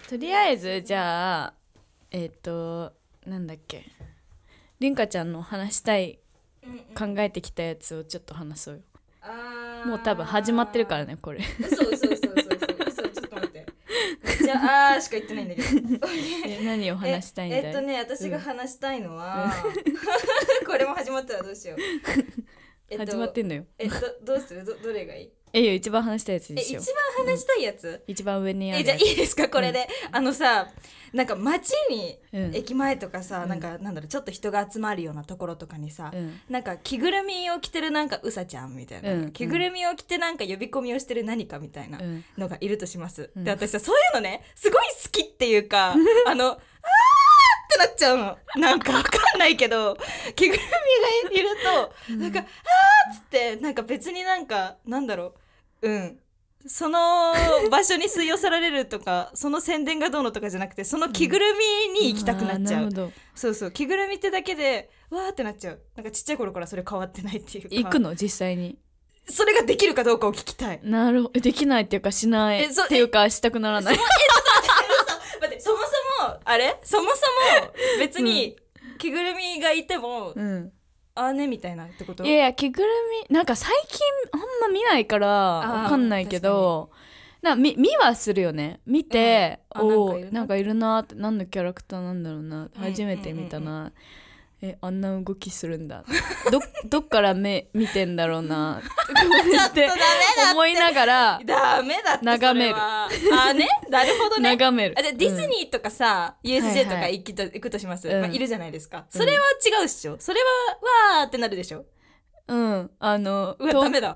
とりあえずじゃあなんだっけ、りんかちゃんの話したい、考えてきたやつをちょっと話そうよ。もう多分始まってるからねこれ。 嘘ちょっと待って。じゃあしか言ってないんだけど。 何を話したいんだい？ 私が話したいのは、これも始まったらどうしよう。 始まってんのよ。 どうする？どれがいい？ いや一番話したいやつにしよう。 一番話したいやつ？ 一番上にあるじゃあいいですかこれで、さ、なんか街に、 うん駅前とかさ、なんかなんだろう、ちょっと人が集まるようなところとかにさ、 うんなんか着ぐるみを着てるなんかうさちゃんみたいな、着ぐるみを着てなんか呼び込みをしてる何かみたいなのがいるとします、で私さそういうのねすごい好きっていうかってなっちゃうの。なんかわかんないけど着ぐるみがいるとなんかっつってなんか別になんかなんだろう、その場所に吸い寄せられるとかその宣伝がどうのとかじゃなくてその着ぐるみに行きたくなっちゃう、そう着ぐるみってだけでわーってなっちゃう。なんかちっちゃい頃からそれ変わってないっていうか。 行くの実際に？ それができるかどうかを聞きたい。 なるほど。できないっていうかしないっていうかしたくならない。 待ってそもそも別に着ぐるみがいても、ねみたいなってこと？ いや着ぐるみなんか最近あんま見ないからわかんないけど、見はするよね。見て、なんかいるなって、何のキャラクターなんだろうな、初めて見たな、あんな動きするんだどっから見てんだろうなって思いながらダメだって眺める。 ね、なるほどね。 眺める。 じゃあディズニーとかさ、USJ とか行くとします、いるじゃないですか。それは違うっしょ。それはわーってなるでしょ。 うわダメだ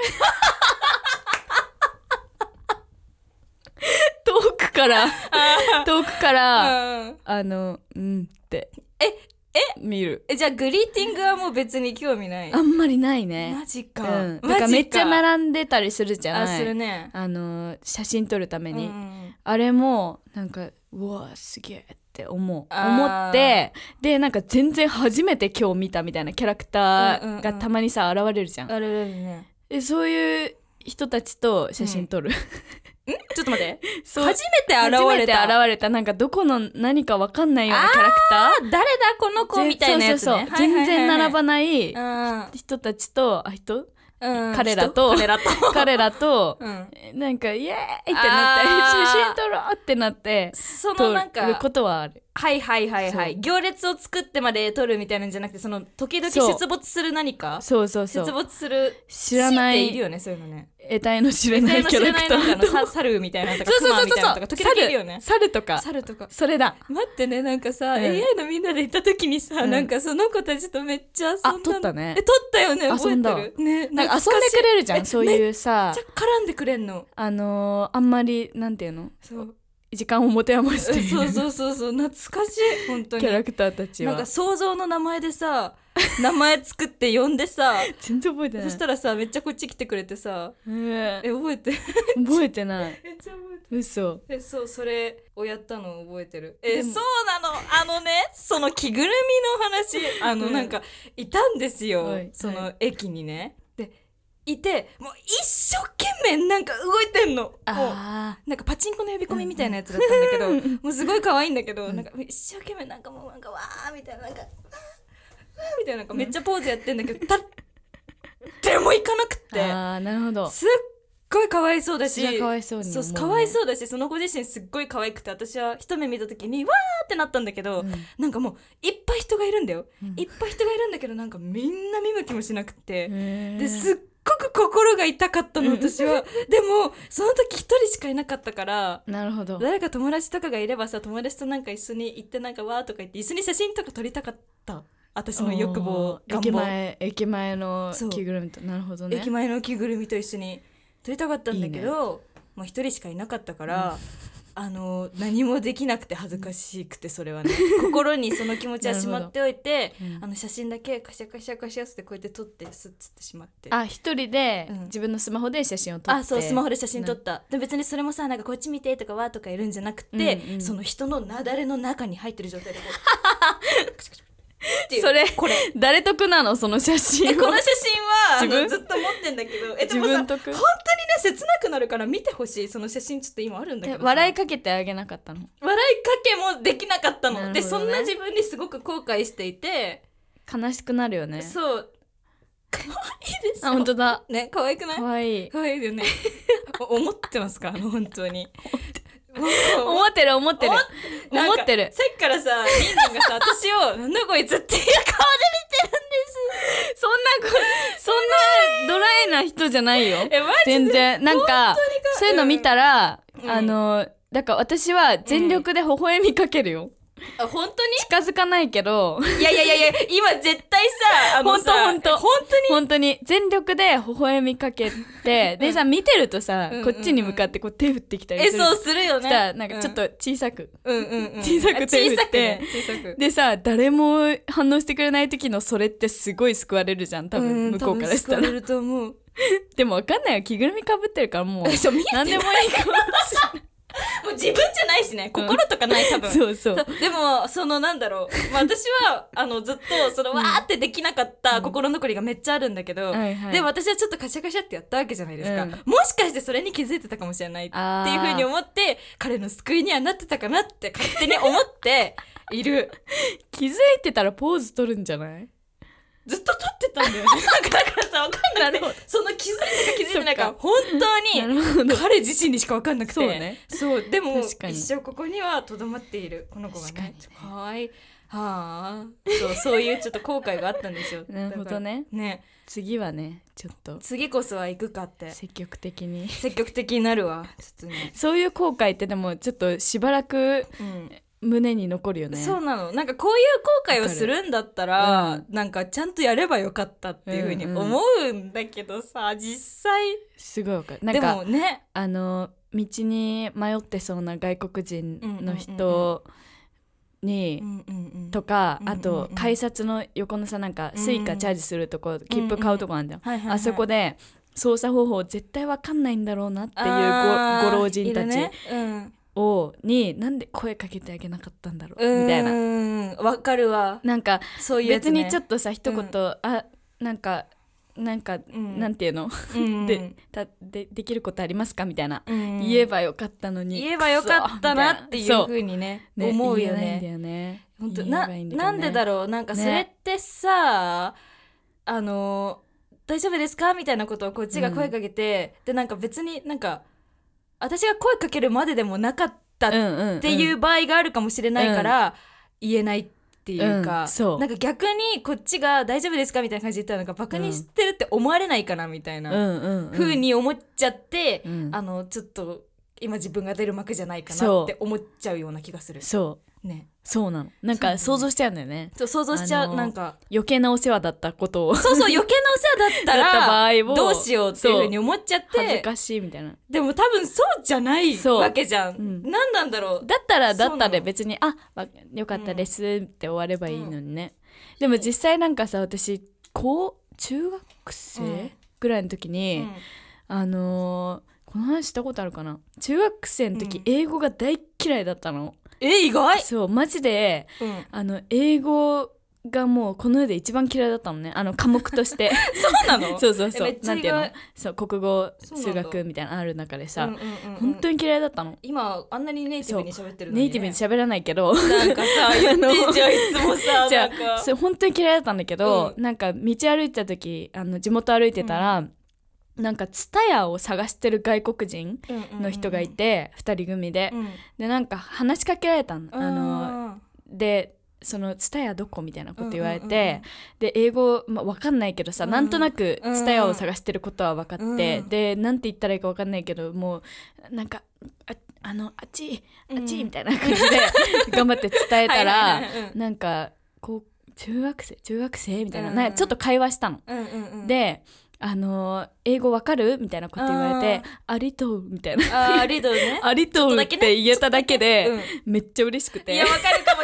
遠くからって見る。 じゃあグリーティングはもう別に興味ない？ あんまりないね。 マジか。 だからめっちゃ並んでたりするじゃない？ するね。 写真撮るために、あれもなんかうわすげえって思って、でなんか全然初めて今日見たみたいなキャラクターがたまにさ現れるじゃん。 現れるね。 そういう人たちと写真撮る、 ちょっと待って初めて現れたなんかどこの何か分かんないようなキャラクター、 誰だこの子みたいなやつね。 全然並ばない人たちと彼らとなんかイエーイってなって写真撮ろうってなってそのなんか撮ることはある。 行列を作ってまで撮るみたいなんじゃなくて、その時々出没する何か、出没する知らないいるよね、そういうのね。 得体の知れないキャラクター猿みたいなとかクマみたいなとか時々いるよね。 猿とかそれだ。 待ってね、なんかさ、AI のみんなで行った時にさ、なんかその子たちとめっちゃ遊んだの。 撮ったね。 撮ったよね。覚えてるね。 なんか遊んでくれるじゃん、そういうさ、 めっちゃ絡んでくれんの。 あんまりなんていうの、時間を持て余してそう懐かしい本当に。 キャラクターたちはなんか想像の名前でさ名前作って呼んでさ全然覚えてない。 そしたらさめっちゃこっち来てくれてさ、覚えてないめっちゃ覚えてる。嘘。 それをやったのを覚えてる。そうなの。その着ぐるみの話なんかいたんですよ、その駅にね。でいて、もう一生懸命なんか動いてんの。もうなんかパチンコの呼び込みみたいなやつだったんだけど、もうすごい可愛いんだけど、なんか一生懸命なんかもうなんかわーみたいな、なんかわーみたいな、なんかめっちゃポーズやってんだけど、でもいかなくって。 なるほど。 すっごいかわいそうだし、 かわいそうに思うね。 かわいそうだし、その子自身すっごい可愛くて、私は一目見た時にわーってなったんだけど、なんかもういっぱい人がいるんだよ、いっぱい人がいるんだけど、なんかみんな見向きもしなくて、ですっごく心が痛かったの私は。でもその時一人しかいなかったから、 なるほど、 誰か友達とかがいればさ、友達となんか一緒に行ってなんかわーとか言って一緒に写真とか撮りたかった。私の欲望、願望。 駅前の着ぐるみと。なるほどね。 駅前の着ぐるみと一緒に撮りたかったんだけど、もう一人しかいなかったから、何もできなくて恥ずかしくて、それはね心にその気持ちはしまっておいて、写真だけカシャカシャカシャってこうやって撮ってスッつってしまって、 一人で自分のスマホで写真を撮って、 そうスマホで写真撮った。で別にそれもさ、なんかこっち見てとかわとかいるんじゃなくて、その人の雪崩の中に入ってる状態でこうカシャカシャそれこれ誰得なのその写真？ この写真はずっと持ってんだけど、でもさ本当にね切なくなるから見てほしい。その写真ちょっと今あるんだけど、 笑いかけてあげなかったの？ 笑いかけもできなかったの、 ね、 でそんな自分にすごく後悔していて悲しくなるよね。 そう可愛いでしょ。 あ、本当だね、可愛くない？ 可愛い。 可愛いよね思ってますか？本当に思ってる思ってる思ってる。 さっきからさリンリンがさ私をなんだこいつっていう顔で見てるんですそんなドライな人じゃないよ。 マジで全然なんかそういうの見たら、 うんだから私は全力で微笑みかけるよ、 あ、本当に近づかないけどいや今絶対さ本当に全力で微笑みかけてでさ見てるとさ、こっちに向かってこう手振ってきたりする。 そうするよね。 したらなんかちょっと小さく、 小さく手振って、 小さくでさ誰も反応してくれない時のそれってすごい救われるじゃん多分、向こうからしたら。 救われると思う。 でも分かんないよ、着ぐるみかぶってるからもう何でもいいかもしれないもう自分じゃないしね、心とかない多分そうでもそのなんだろう、私はずっとそのわーってできなかった心残りがめっちゃあるんだけど、でも私はちょっとカシャカシャってやったわけじゃないですか、もしかしてそれに気づいてたかもしれないっていう風に思って彼の救いにはなってたかなって勝手に思っている気づいてたらポーズ取るんじゃない？ ずっと撮ってたんだよねだからさ分かんなくてその気づいてか気づいてないか本当に彼自身にしか分かんなくてそうでも一生ここにはとどまっているこの子がねかわいいはあそういうちょっと後悔があったんですよなるほどね。次はねちょっと次こそは行くかって積極的になるわちょっとね。 そういう後悔ってでもちょっとしばらく、胸に残るよね。 そうなの。なんかこういう後悔をするんだったら、なんかちゃんとやればよかったっていう風に思うんだけどさ、実際すごいわかる。なんかでもね道に迷ってそうな外国人の人にとか、あと改札の横のさなんかスイカチャージするとこ、切符買うとこあるんだよ、あそこで操作方法絶対わかんないんだろうなっていうご老人たちになんで声かけてあげなかったんだろうみたいな。 わかるわ。 なんかそういうやつね、 別にちょっとさ一言、なんかなんていうのできることありますかみたいな、言えばよかったのに言えばよかったなっていう風にね思うよね。本当なんでだろう。なんかそれってさ、大丈夫ですかみたいなことをこっちが声かけて、でなんか別になんか私が声かけるまででもなかったっていう場合があるかもしれないから、言えないっていうか、なんか逆にこっちが大丈夫ですかみたいな感じで言ったらなんかバカにしてるって思われないかなみたいな風に思っちゃって、ちょっと今自分が出る幕じゃないかなって思っちゃうような気がする。そうなの。なんか想像しちゃうんだよね。想像しちゃう。なんか余計なお世話だったことを余計なお世話だったらどうしようっていう風に思っちゃって恥ずかしいみたいな。でも多分そうじゃないわけじゃん。何なんだろう。だったらで別によかったですって終わればいいのにね。でも実際なんかさ私中学生ぐらいの時にこの話したことあるかな。中学生の時英語が大嫌いだったの。意外。そうマジで、英語がもうこの世で一番嫌いだったのね、科目としてそうなの？そうなんていうの、そう国語数学みたいなのある中でさ、本当に嫌いだったの。今あんなにネイティブに喋ってるのに、ね、ネイティブに喋らないけどなんかさ言ってんじゃんいつもさじゃあそう本当に嫌いだったんだけど、なんか道歩いてた時地元歩いてたら、なんかツタヤを探してる外国人の人がいて、2人組で、でなんか話しかけられたの、でそのツタヤどこみたいなこと言われて、で英語、分かんないけどさ、なんとなくツタヤを探してることは分かって、でなんて言ったらいいか分かんないけどもうなんかあっちみたいな感じで頑張って伝えたらなんかこう中学生みたいな、なんかちょっと会話したの、で英語わかるみたいなこと言われて、ありとうみたいな、ありとうねありとうって言えただけで、めっちゃ嬉しくて、いやわかるかもしれない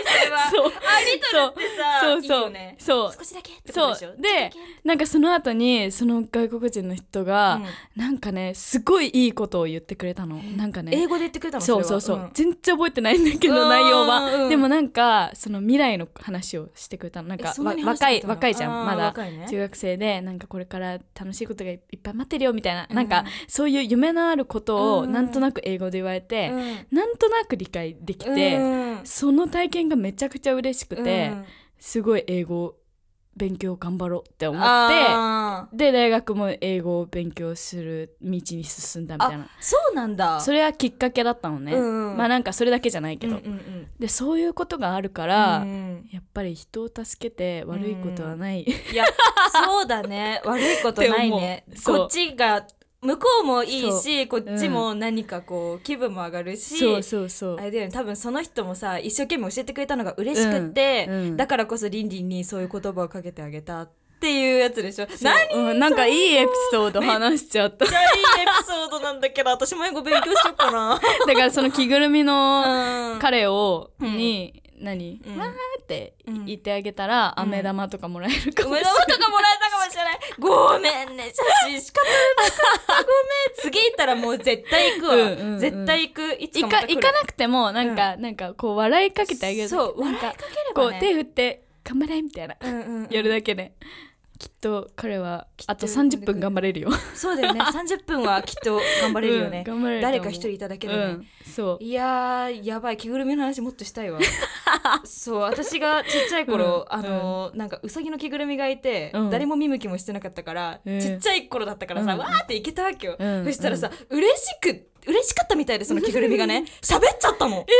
れはそうリトルってさそういいよね。 そう少しだけってことでしょ。 そうでなんかその後にその外国人の人が、なんかねすごいいいことを言ってくれたの。なんかね英語で言ってくれたの。 そうそうそう、全然覚えてないんだけど内容は、でもなんかその未来の話をしてくれたの。なんか若いじゃんまだ、中学生でなんかこれから楽しいことがいっぱい待ってるよみたいな、なんかそういう夢のあることをなんとなく英語で言われて、なんとなく理解できて、その体験がめちゃくちゃ嬉しくて、すごい英語勉強頑張ろうって思って、で大学も英語を勉強する道に進んだみたいな。 そうなんだ。 それはきっかけだったのね、まあなんかそれだけじゃないけど、でそういうことがあるから、やっぱり人を助けて悪いことはない、 いやそうだね、悪いことないね。こっちが向こうもいいし、こっちも何かこう気分も上がるし、あれだよね、多分その人もさ一生懸命教えてくれたのが嬉しくって、だからこそリンリンにそういう言葉をかけてあげたっていうやつでしょ。 なんかいいエピソード話しちゃった。 めっちゃいいエピソードなんだけど、私も英語勉強しようかな。 だからその着ぐるみの彼をにわーって言ってあげたら、飴玉とかもらえるかもしれない。飴玉とかもらえたかもしれない。ごめんね、写真しか撮れなかった。ごめん。次行ったらもう絶対行くわ。絶対行く。いつかまた来る。行かなくてもなんかこう笑いかけてあげる。そう、笑いかければね。こう手振って頑張れみたいなやるだけで。きっと彼はあと30分頑張れるよ。そうだよね、30分はきっと頑張れるよね。誰か一人いただけでね。そういやーやばい、着ぐるみの話もっとしたいわ。そう私がちっちゃい頃なんかうさぎの着ぐるみがいて、誰も見向きもしてなかったから、ちっちゃい頃だったからさ、わーっていけたわけよ。そしたらさ嬉しかったみたいで、その着ぐるみがね喋っちゃったの。なんて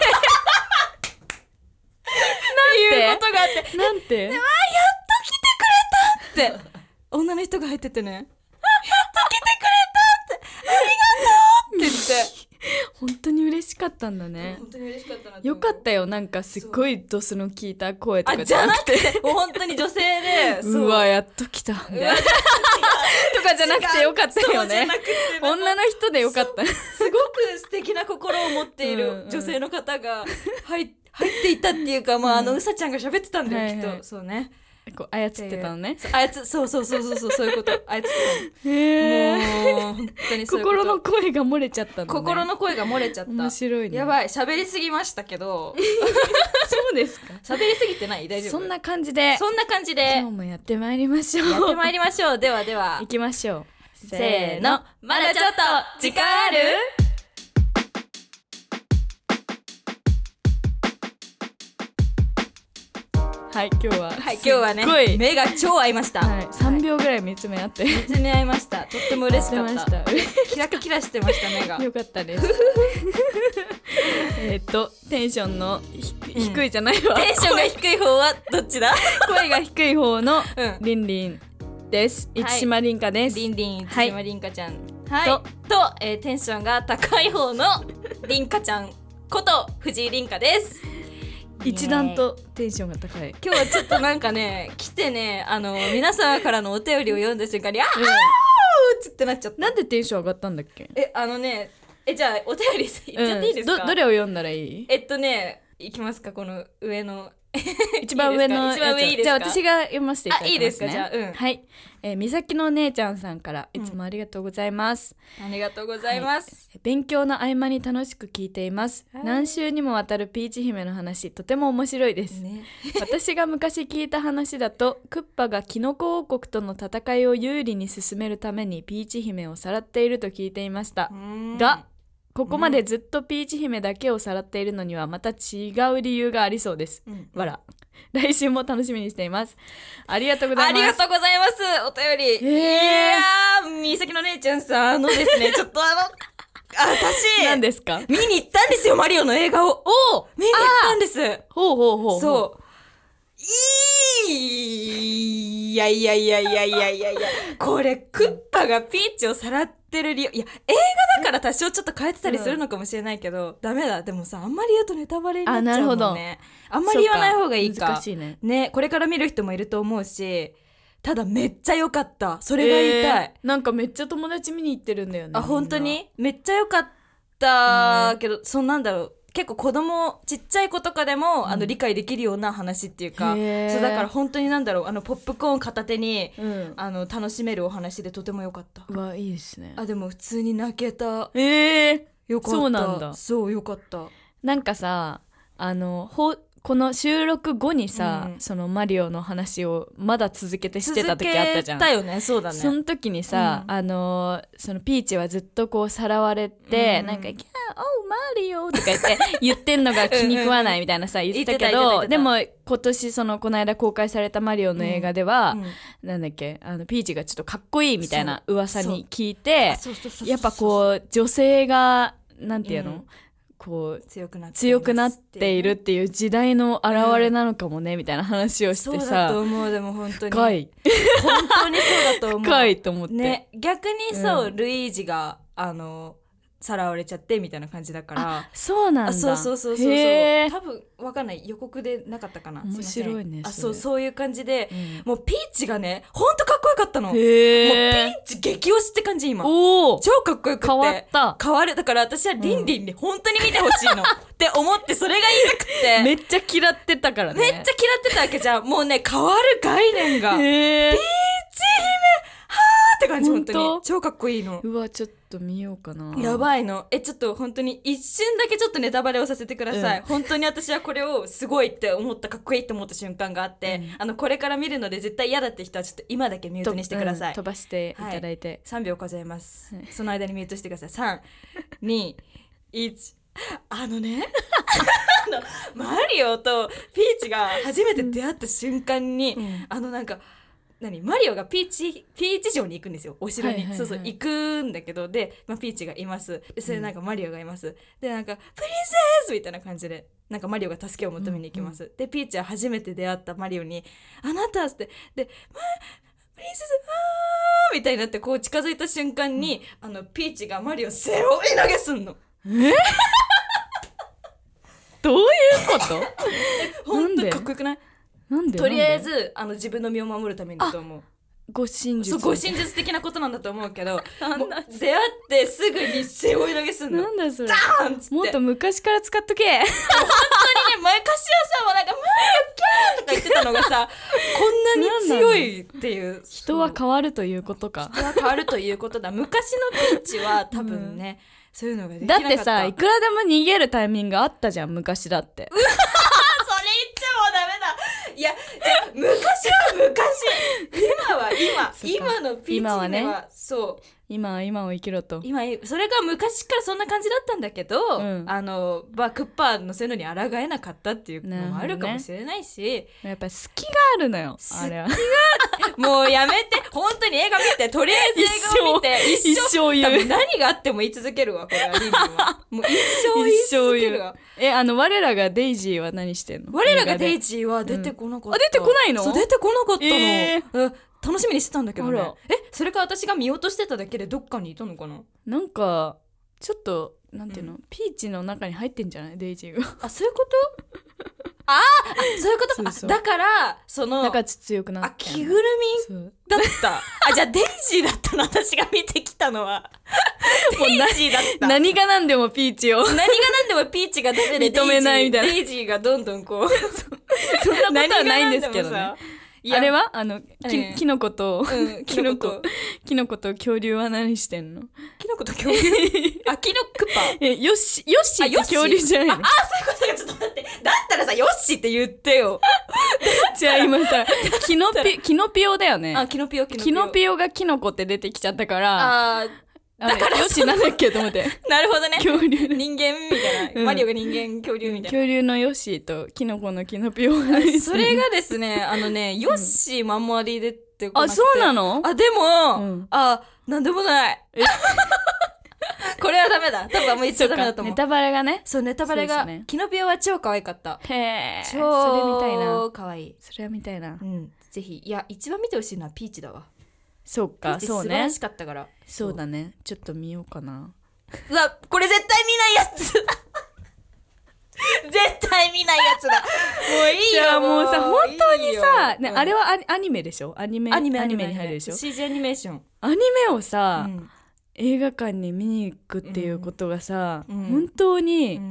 いうことがあって、なんてやっと来てくれたって女の人が入っててね、やっと来てくれたって、ありがとうって言って。本当に嬉しかったんだね。本当に嬉しかったな。よかったよ、なんかすっごいドスの効いた声とかじゃなくて、もう本当に女性でうわやっと来たみたいなとかじゃなくてよかったよね。女の人でよかった。すごく素敵な心を持っている女性の方が入っていたっていうか、まあうさちゃんが喋ってたんだよ、きっと。そうね、こう操ってたのね。そうそういうこと操ってたの。もう本当にそういうこと。心の声が漏れちゃったのね。心の声が漏れちゃった。面白いね。やばい、喋りすぎましたけど。そうですか。喋りすぎてない？大丈夫？そんな感じで今日もやってまいりましょう。では行きましょう。せーの、まだちょっと時間ある？はい、今日はね目が超合いました。3秒ぐらい見つめ合って見つめ合いました。とっても嬉しかった。キラキラしてました目が。よかったです。テンションの低いじゃないわ。テンションが低い方はどっちだ？声が低い方のリンリンです。市島凛香です。リンリン市島凛香ちゃんとテンションが高い方の凛香ちゃんこと藤井凛香です。一段とテンションが高い。今日はちょっとなんかね来てね、皆様からのお便りを読んだ瞬間にあーってなっちゃった。なんでテンション上がったんだっけ？じゃあお便り言っちゃっていいですか？どれを読んだらいい？いきますか？この上の一番上のやつ。じゃあ私が読ませていただきますね。いいですか？じゃあはい。美咲のお姉ちゃんさんからいつもありがとうございます。ありがとうございます。勉強の合間に楽しく聞いています。何週にもわたるピーチ姫の話、とても面白いです。私が昔聞いた話だと、クッパがキノコ王国との戦いを有利に進めるためにピーチ姫をさらっていると聞いていました。がここまでずっとピーチ姫だけをさらっているのにはまた違う理由がありそうです。わら。来週も楽しみにしています。ありがとうございます。ありがとうございます。お便り。いやー、みさきの姉ちゃんさんですね、ちょっと私何ですか？見に行ったんですよ、マリオの映画を。見に行ったんです。そう。いやこれクッパがピーチをさらってる理由、いや映画だから多少ちょっと変えてたりするのかもしれないけど、ダメだ。でもさ、あんまり言うとネタバレになっちゃうもんね。あんまり言わない方がいいか。難しいね。これから見る人もいると思うし、ただめっちゃ良かった。それが言いたい。なんかめっちゃ友達見に行ってるんだよね。あ、本当にめっちゃ良かったけど、なんだろう、 結構ちっちゃい子とかでも、理解できるような話っていうか、そうだから本当になんだろう、ポップコーン片手に、楽しめるお話でとても良かった。 うわいいですね。 でも普通に泣けた。よかった。 そうなんだ。 そうよかった。 なんかさこの収録後にさ、そのマリオの話をまだ続けてしてた時あったじゃん。 続けたよね。そうだね。 その時にさ、そのピーチはずっとこうさらわれて、なんか「おうマリオ」とか言ってんのが気に食わないみたいなさ言ってたけど、でも今年この間公開されたマリオの映画では、なんだっけピーチがちょっとかっこいいみたいな噂に聞いて、やっぱこう女性がなんていうの、こう強くなっているっていう時代の表れなのかもね、みたいな話をしてさ、 そうだと思う。でも本当に深い本当にそうだと思う。 深いと思って、 ね、逆にそう、ルイージがさらわれちゃってみたいな感じだから。 そうなんだ。 そう多分わかんない、予告でなかったかな。 面白いね。 そういう感じで、もうピーチがねほんとかっこよかったの。もうピーチ激推しって感じ。今超かっこよくて変わった変わる。だから私はリンリンに本当に見てほしいのって思って、それが言いたくてめっちゃ嫌ってたからね。 めっちゃ嫌ってたわけじゃん。もうね変わる概念が。ピーチ姫はーって感じ。本当に超かっこいいの。 うわちょっと見ようかな。 やばいの。ちょっと本当に一瞬だけちょっとネタバレをさせてください。本当に私はこれをすごいって思った、かっこいいって思った瞬間があって、これから見るので絶対嫌だって人はちょっと今だけミュートにしてください。 飛ばしていただいて、 3秒数えます、その間にミュートしてください。3、2、1。マリオとピーチが初めて出会った瞬間に、なんかマリオがピーチ城に行くんですよ、お城に。そう行くんだけど、で、ピーチがいます。でそれなんかマリオがいます。でなんかプリンセスみたいな感じでなんかマリオが助けを求めに行きます。でピーチは初めて出会ったマリオにあなたってでプリンセスみたいになってこう近づいた瞬間に、ピーチがマリオ背負い投げすんの。 どういうこと本当にかっこよくない？ なんでとりあえず自分の身を守るためにだと思う。 護身術的なことなんだと思うけどもう出会ってすぐに背負い投げすんの。 なんだそれ。 ダーンっつってもっと昔から使っとけ。 本当にね、前柏さんはなんか「マリオキャー」とか言ってたのがさこんなに強いっていう。 人は変わるということか。 人は変わるということだ。昔のピーチは多分ね、そういうのができなかった。 だってさ、いくらでも逃げるタイミングあったじゃん昔だって。 それ言っちゃもうダメだ。いや昔は昔今は今のピーチ姫はね、そう今を生きろと。 それが昔からそんな感じだったんだけど、クッパーのそういうのに抗えなかったっていうのもあるかもしれないし、 やっぱり好きがあるのよあれは。 もうやめて本当に映画見て、とりあえず映画を見て一生言う。 多分何があっても言い続けるわこれは。リンリンはもう一生言い続けるわ。 我らがデイジーは何してんの？ 我らがデイジーは出てこなかった。 出てこないの？ そう出てこなかったの。楽しみにしてたんだけどね。それか私が見落としてただけでどっかにいたのかな。 なんかちょっとなんていうの、ピーチの中に入ってんじゃないデイジーが。 そういうことそういうこと。 そうだからだから強くなって着ぐるみだったじゃあデイジーだったの。私が見てきたのはデイジーだった。 何が何でもピーチを何が何でもピーチがダメで認めないみたいな。 デイジーがどんどんこうそんなことはないんですけどね。あれはキノコとキノコと恐竜は何してんの？ キノコと恐竜キノクパヨッシーって恐竜じゃないの？ そういうことか。ちょっと待って、だったらさヨッシーって言ってよ。 じゃあ今さキノピオだよね。 キノピオがキノコって出てきちゃったからだからヨッシーなんだっけと思って。 なるほどね。 恐竜人間みたいな、マリオが人間恐竜みたいな。 恐竜のヨッシーとキノコのキノピオがそれがですねヨッシーまんまり出てこなくて。 そうなの？ でもなんでもないこれはダメだ。多分あんま言っちゃダメだと思う。 ネタバレがね。 そうネタバレが、キノピオは超可愛かった。 へー、 超それ見たいな。 可愛い。 それは見たいな。 ぜひ。いや一番見てほしいのはピーチだわ。 そうか、そうね。素晴らしかったから。 そうだね。ちょっと見ようかな。 うわ、これ絶対見ないやつ絶対見ないやつだ。もういいよ。 じゃあもうさ、本当にさ、ね、あれはアニメでしょ？アニメに入るでしょ？ CG アニメーション。 アニメをさ、映画館に見に行くっていうことがさ、本当に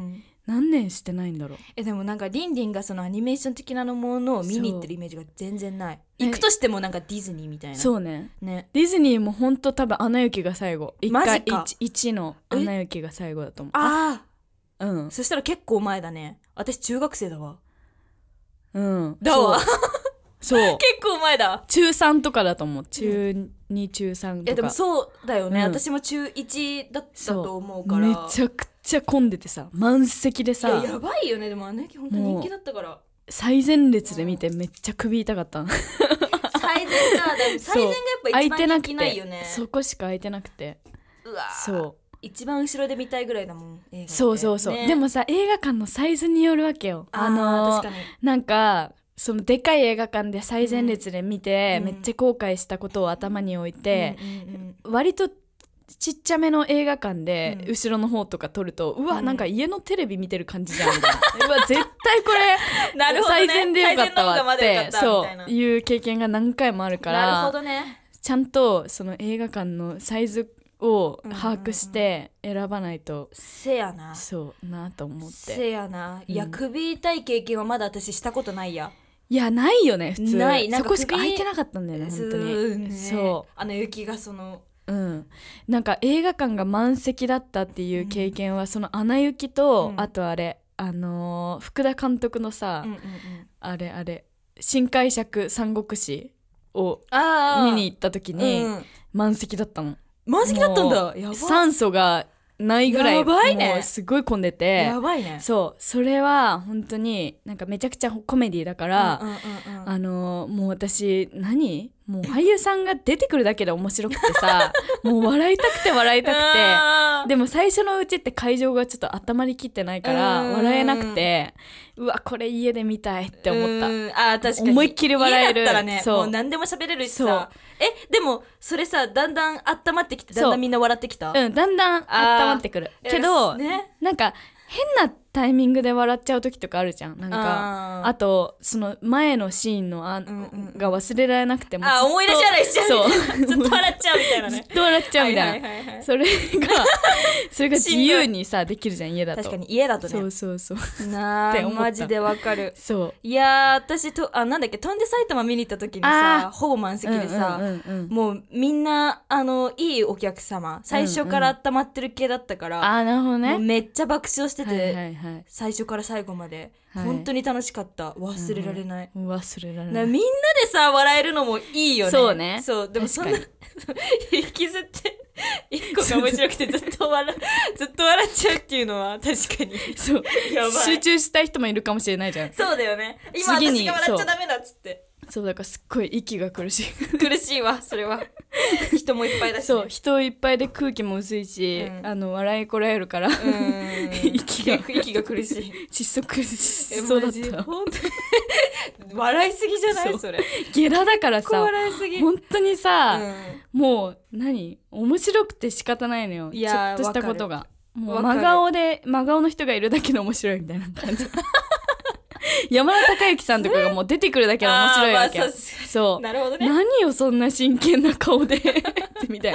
何年してないんだろう。 でもなんかリンリンがそのアニメーション的なものを見に行ってるイメージが全然ない。行くとしてもなんかディズニーみたいな。 そうね。 ね、 ディズニーもほんと多分アナ雪が最後。 マジか。 1のアナ雪が最後だと思う。 ああ、うん。 そしたら結構前だね。私中学生だわ。 うん。 だわ。 そう。 結構前だ。 中3とかだと思う。中2、中3とか。 でもそうだよね。私も中1だったと思うから。 めちゃくちゃ混んでてさ、満席でさ。 やばいよね。でもアナ雪本当に人気だったから。 最前列で見てめっちゃ首痛かった。 最前か。でも最前がやっぱ一番人気ないよね。 そこしか空いてなくて。 うわ。 そう。 一番後ろで見たいぐらいだもん。映画ってそうそうそう、ね。でもさ、映画館のサイズによるわけよ。 確かに。 なんかそのでかい映画館で最前列で見て、めっちゃ後悔したことを頭に置いて、割とちっちゃめの映画館で後ろの方とか撮ると、うわ、なんか家のテレビ見てる感じじゃんみたいな、うわ絶対これなるほど、ね、 最前でよかったわってそういう経験が何回もあるから、 なるほど、ね、 ちゃんとその映画館のサイズを把握して選ばないと、 せやな、 そうなと思って。 せやな、いや、首痛い経験はまだ私したことないや。 いやないよね普通。 ない、 そこしか空いてなかったんだよね本当に、 ね、 そう雪がそのなんか映画館が満席だったっていう経験は、そのアナ雪と、あとあれ福田監督のさ、あれ新解釈三国志を見に行った時に、満席だったの。 満席だったんだ。やばい。 酸素がないぐらい、 やばいね、 もうすごい混んでて、 やばいね。 そうそれは本当になんかめちゃくちゃコメディだから、もう私もう俳優さんが出てくるだけで面白くてさもう笑いたくて笑いたくてでも最初のうちって会場がちょっと温まりきってないから笑えなくて、うわこれ家で見たいって思った。 確かに思いっきり笑える。 家だったらね、もう何でも喋れるしさ。でもそれさ、だんだん温まってきて、だんだんみんな笑ってきた。 だんだん温まってくるけど、なんか変なタイミングで笑っちゃう時とかあるじゃん。なんか あとその前のシーンのが忘れられなくても思い出し笑いしちゃう。 そうずっと笑っちゃうみたいなね。 ずっと笑っちゃうみたいな。それが自由にさできるじゃん家だと。 確かに家だとね。 そうなあ、マジでわかる。 そういや私なんだっけ、飛んで埼玉見に行った時にさ、ほぼ満席でさ、もうみんないいお客様、最初から温まってる系だったから、 なるほどね、 もうめっちゃ爆笑してて、最初から最後まで、本当に楽しかった。忘れられない。 忘れられない。 みんなでさ笑えるのもいいよね。 そうね。 そう、でもそんな引きずって一個が面白くてずっと笑っちゃうっていうのは確かにそうやばい。集中したい人もいるかもしれないじゃん。 そうだよね。今私が笑っちゃダメだっつって。 そうだからすっごい息が苦しい。 苦しいわそれは。人もいっぱいだし、ね、 そう人いっぱいで空気も薄いし、笑いこらえるから息が苦しい。窒息しそうだった。 本当に笑いすぎじゃないそれ。 ゲラだからさ笑いすぎ。 本当にさ、もう面白くて仕方ないのよ。ちょっとしたことがもう真顔の人がいるだけで面白いみたいな感じ。山田孝之さんとかがもう出てくるだけで面白いわけよ。そう。 なるほどね。 何よそんな真剣な顔でみたいな。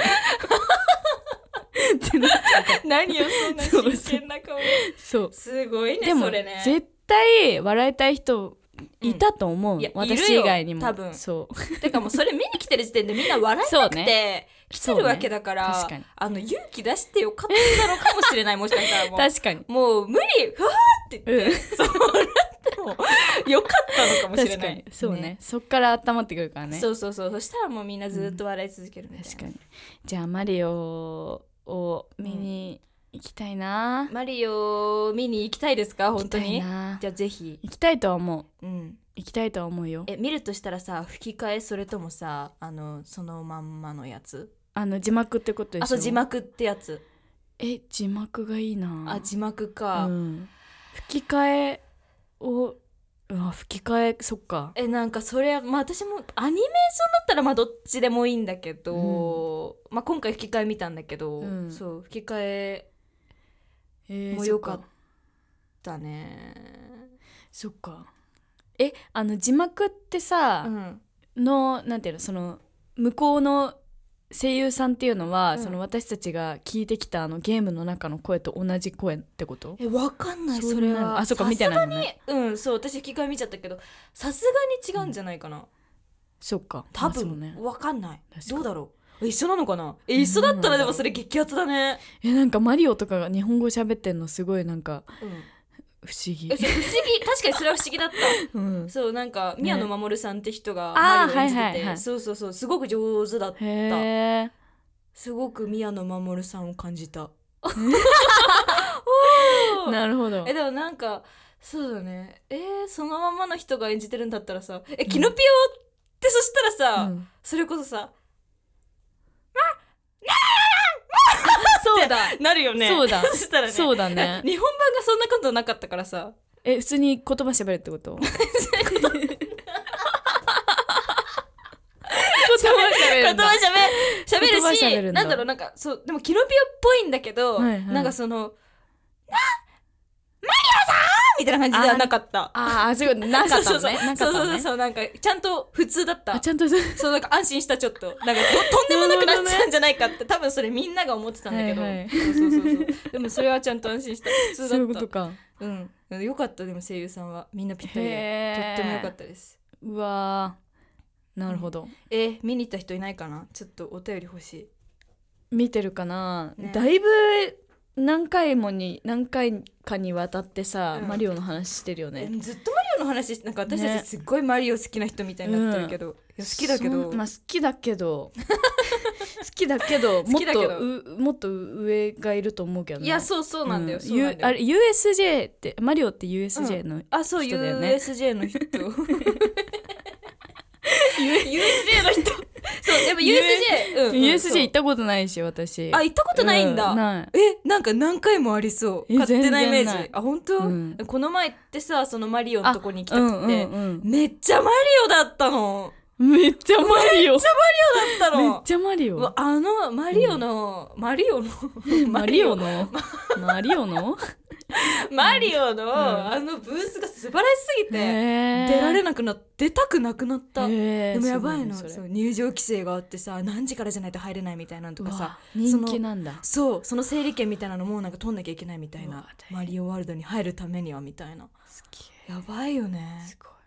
何よそんな真剣な顔で。 そう。 すごいね。 でもそれね。 絶対笑いたい人いたと思う。私以外にも。 多分。 そう。 てかもうそれ見に来てる時点でみんな笑いたくて来てるわけだから、 確かに勇気出してよかっただろうかもしれない。もしかしたらもう。 確かに。 もう無理ふわーって言って。そうもよかったのかもしれない。 そうね。そっから温まってくるからね。 そうそしたらもうみんなずっと笑い続けるみたいな。 確かに。じゃあマリオを見に行きたいな。 マリオ見に行きたいですか本当に。じゃあぜひ行きたいとは思う。行きたいとは思うよ。 見るとしたらさ、吹き替えそれともさそのまんまのやつ、 字幕ってことでしょ。 そう字幕ってやつ。 字幕がいいな。 字幕か、 吹き替えを吹き替えそっか。 なんかそれは私もアニメーションだったらどっちでもいいんだけど、今回吹き替え見たんだけど、そう吹き替えもよかったね。 そっか。字幕ってさ、なんていうの、その向こうの声優さんっていうのは、その私たちが聞いてきたゲームの中の声と同じ声ってこと？ わかんない。それはそっか、見てないもんね。 そう、私吹き替え見ちゃったけど、さすがに違うんじゃないかな。 そっか、 多分、 ね、 わかんない。どうだろう。一緒なのかな。一緒だったらでもそれ激アツだね。 なんかマリオとかが日本語喋ってんのすごいなんか、不思議。 確かにそれは不思議だった、そう、なんか宮野真守さんって人がマリオ演じてて、そうそうそう、すごく上手だった。すごく宮野真守さんを感じた。 なるほど。 でもなんかそうだね、そのままの人が演じてるんだったらさ、キノピオってそしたらさ、それこそさそうだなるよね。 そうだそしたらね、 そうだね。 日本版がそんなことなかったからさ、 普通に言葉喋るってこと？言葉喋るし、なんだろう、なんかそうでもキノピオっぽいんだけど、なんかそのマリオさんみたいな感じではなかった。 そうなかったね。 そう、なんかちゃんと普通だった。 ちゃんとそう、なんか安心した。ちょっとなんかとんでもなくなっちゃうんじゃないかって多分それみんなが思ってたんだけど、そうでもそれはちゃんと安心した。普通だった。 そういうことか。 よかった。でも声優さんはみんなぴったりでとってもよかったです。 うわー、なるほど。 見に行った人いないかな。ちょっとお便り欲しい。 見てるかな、だいぶ何回かにわたってさ、マリオの話してるよね。 ずっとマリオの話して、なんか私たちすっごいマリオ好きな人みたいになってるけど、好きだけど、 好きだけどもっと上がいると思うけどね。 いや、そうなんだよ。 あれ USJ ってマリオって USJ の人だよね。USJ の人 USJ の人そう、でも USJ 行ったことないし、私。 行ったことないんだ。 ない。 なんか何回もありそう。勝手なイメージ。本当？この前ってさ、そのマリオのとこに来たくて、めっちゃマリオだったの。 めっちゃマリオだったの。 めっちゃマリオ。 マリオのマリオのブースが素晴らしすぎて、出たくなくなった。でもやばいの、入場規制があってさ、何時からじゃないと入れないみたいなのとかさ、 人気なんだ。 その整理券みたいなのもなんか取んなきゃいけないみたいな、マリオワールドに入るためにはみたいな。やばいよね。